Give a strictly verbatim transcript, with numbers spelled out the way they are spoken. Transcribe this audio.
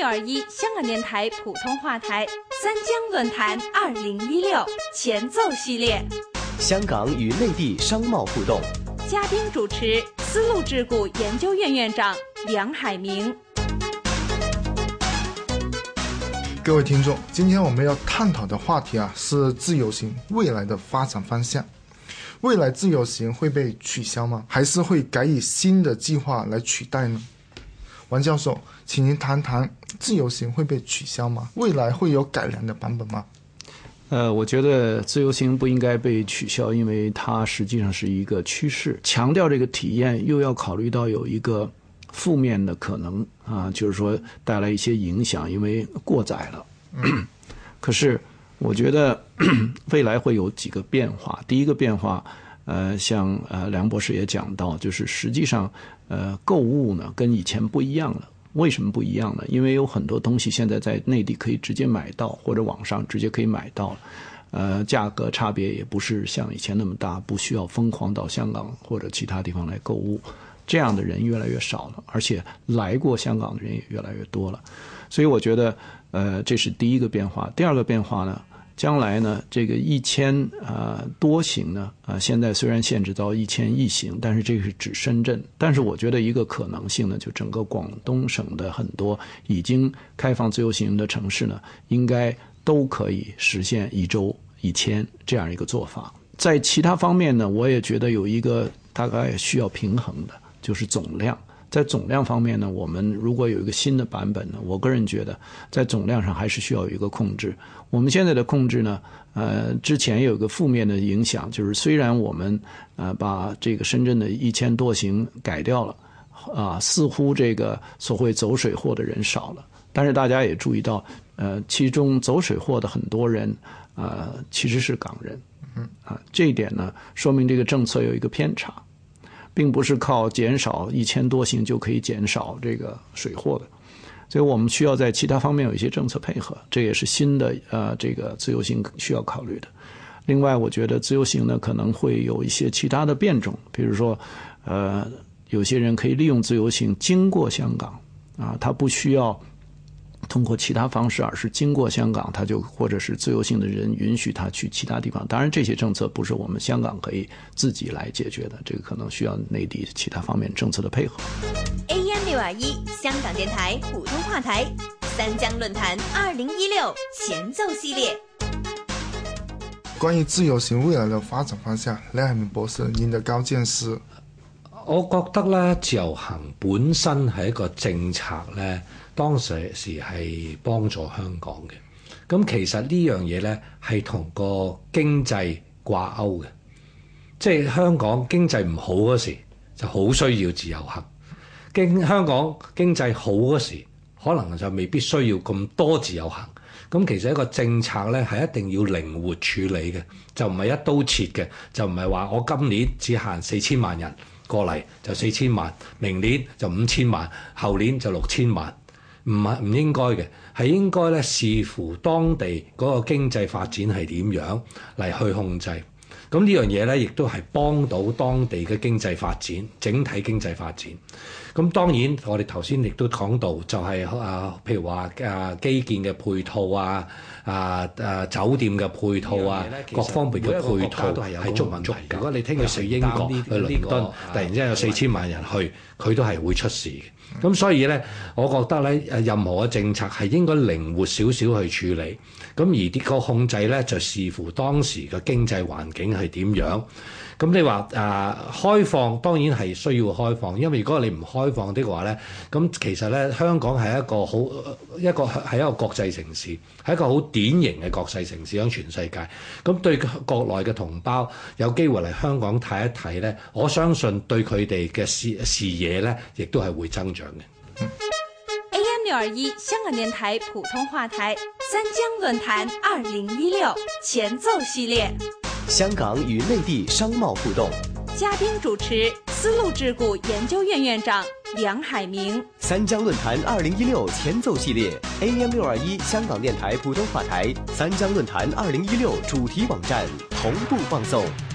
六二一香港电台普通话台三江论坛二零一六前奏系列， 香港与内地商贸互动， 嘉宾主持丝路智库研究院院长梁海明。 各位听众，今天我们要探讨的话题啊是自由行未来的发展方向。未来自由行会被取消吗？还是会改以新的计划来取代呢？王教授，请您谈谈自由行会被取消吗？未来会有改良的版本吗？ 呃，我觉得自由行不应该被取消，因为它实际上是一个趋势。强调这个体验，又要考虑到有一个负面的可能啊，就是说带来一些影响，因为过载了。嗯、可是我觉得未来会有几个变化。第一个变化，呃，像呃梁博士也讲到，就是实际上呃购物呢跟以前不一样了。为什么不一样呢？因为有很多东西现在在内地可以直接买到，或者网上直接可以买到了，呃，价格差别也不是像以前那么大，不需要疯狂到香港或者其他地方来购物。这样的人越来越少了，而且来过香港的人也越来越多了。所以我觉得，呃，这是第一个变化。第二个变化呢？将来呢，这个一千呃多行呢，啊、呃，现在虽然限制到一千一行，但是这个是指深圳。但是我觉得一个可能性呢，就整个广东省的很多已经开放自由行的城市呢，应该都可以实现一周一千这样一个做法。在其他方面呢，我也觉得有一个大概需要平衡的，就是总量。在总量方面呢，我们如果有一个新的版本呢，我个人觉得在总量上还是需要有一个控制。我们现在的控制呢，呃，之前有一个负面的影响，就是虽然我们呃把这个深圳的一千多行改掉了，啊、呃，似乎这个所谓走水货的人少了，但是大家也注意到，呃，其中走水货的很多人，呃，其实是港人，嗯啊，这一点呢，说明这个政策有一个偏差。并不是靠减少一千多行就可以减少这个水货的，所以我们需要在其他方面有一些政策配合，这也是新的呃这个自由行需要考虑的。另外，我觉得自由行呢可能会有一些其他的变种，比如说，呃，有些人可以利用自由行经过香港啊，他不需要通过其他方式，而是经过香港，他就或者是自由行的人允许他去其他地方。当然，这些政策不是我们香港可以自己来解决的，这个可能需要内地其他方面政策的配合。 A M 六二一香港电台普通话台三江论坛二零一六前奏系列。 关於自由行未來嘅發展方向，梁海明博士，您的高見是？ 我覺得咧，自由行本身係一個政策咧。當時時係幫助香港嘅，咁其實呢樣嘢呢係同個經濟掛鈎嘅，即係香港經濟唔好嗰時就好需要自由行，經香港經濟好嗰時可能就未必需要咁多自由行。咁其實一個政策呢係一定要靈活處理嘅，就唔係一刀切嘅，就唔係話我今年只限四千萬人過嚟就四千萬，明年就五千萬，後年就六千萬。唔係唔應該嘅，係應該咧視乎當地嗰個經濟發展係點樣嚟去控制。咁呢樣嘢咧，亦都係幫到當地嘅經濟發展，整體經濟發展。咁當然，我哋頭先亦都講到，就係、是、啊，譬如話啊基建嘅配套啊，啊啊酒店嘅配套啊，各方面嘅配套係足唔足？如果你聽日去英國、去倫敦，突然之間有四千萬人去，佢都係會出事嘅。咁所以咧，我覺得咧，任何嘅政策係應該靈活少少去處理。咁而啲個控制咧，就視乎當時嘅經濟環境係點樣。咁你話誒、呃、開放當然係需要開放，因為如果你唔開放的話咧，咁其實咧香港係一個好一個係一個國際城市，係一個好典型嘅國際城市喺全世界。咁對國內嘅同胞有機會嚟香港睇一睇咧，我相信對佢哋嘅視視野咧，亦都係會增長嘅。 A M 六二一香港電台普通話台三江論壇二零一六前奏系列。 香港與內地商貿互動， 嘉賓主持絲路智庫研究院院長梁海明。 三江論壇二零一六前奏系列 A M 六二一香港電台普通話台三江論壇二零一六主題網站同步放送。